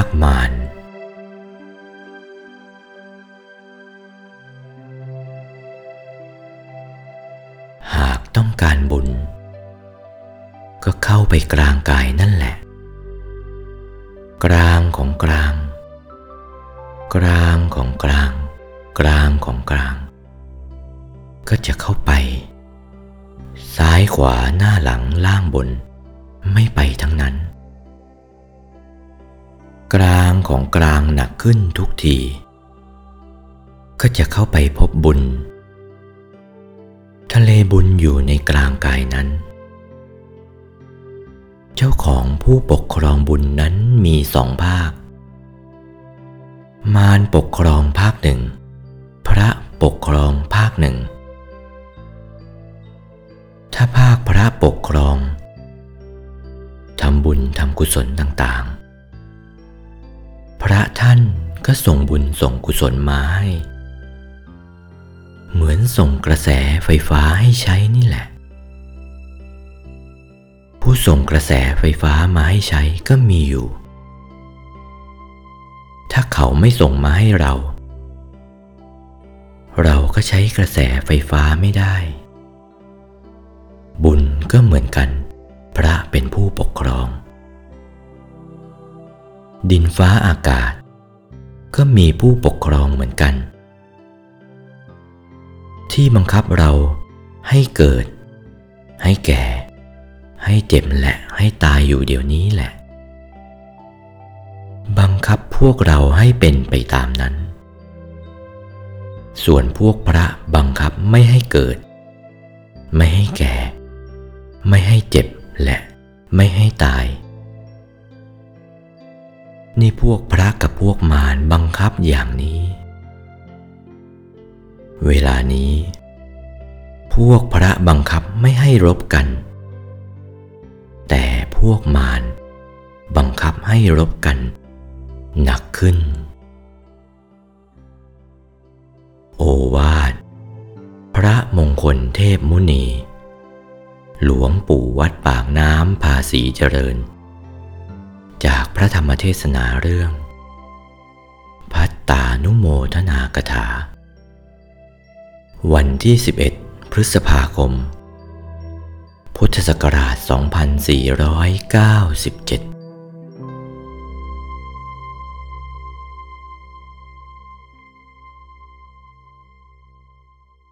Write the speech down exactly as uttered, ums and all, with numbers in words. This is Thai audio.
มารหากต้องการบุญก็เข้าไปกลางกายนั่นแหละกลางของกลางกลางของกลางกลางของกลางก็จะเข้าไปซ้ายขวาหน้าหลังล่างบนไม่ไปทั้งนั้นกลางของกลางหนักขึ้นทุกทีก็จะเข้าไปพบบุญทะเลบุญอยู่ในกลางกายนั้นเจ้าของผู้ปกครองบุญนั้นมีสองภาคมารปกครองภาคหนึ่งพระปกครองภาคหนึ่งถ้าภาคพระปกครองทำบุญทำกุศลต่างๆพระท่านก็ส่งบุญส่งกุศลมาให้เหมือนส่งกระแสไฟฟ้าให้ใช้นี่แหละผู้ส่งกระแสไฟฟ้ามาให้ใช้ก็มีอยู่ถ้าเขาไม่ส่งมาให้เราเราก็ใช้กระแสไฟฟ้าไม่ได้บุญก็เหมือนกันพระเป็นผู้ปกครองดินฟ้าอากาศก็มีผู้ปกครองเหมือนกันที่บังคับเราให้เกิดให้แก่ให้เจ็บและให้ตายอยู่เดี๋ยวนี้แหละบังคับพวกเราให้เป็นไปตามนั้นส่วนพวกพระบังคับไม่ให้เกิดไม่ให้แก่ไม่ให้เจ็บและไม่ให้ตายนี่พวกพระกับพวกมารบังคับอย่างนี้เวลานี้พวกพระบังคับไม่ให้รบกันแต่พวกมารบังคับให้รบกันหนักขึ้นโอวาทพระมงคลเทพมุนีหลวงปู่วัดปากน้ำภาษีเจริญจากพระธรรมเทศนาเรื่องภัตตานุโมทนากถาวันที่สิบเอ็ดพฤษภาคมพุทธศักราชสองพันสี่ร้อยเก้าสิบเจ็ด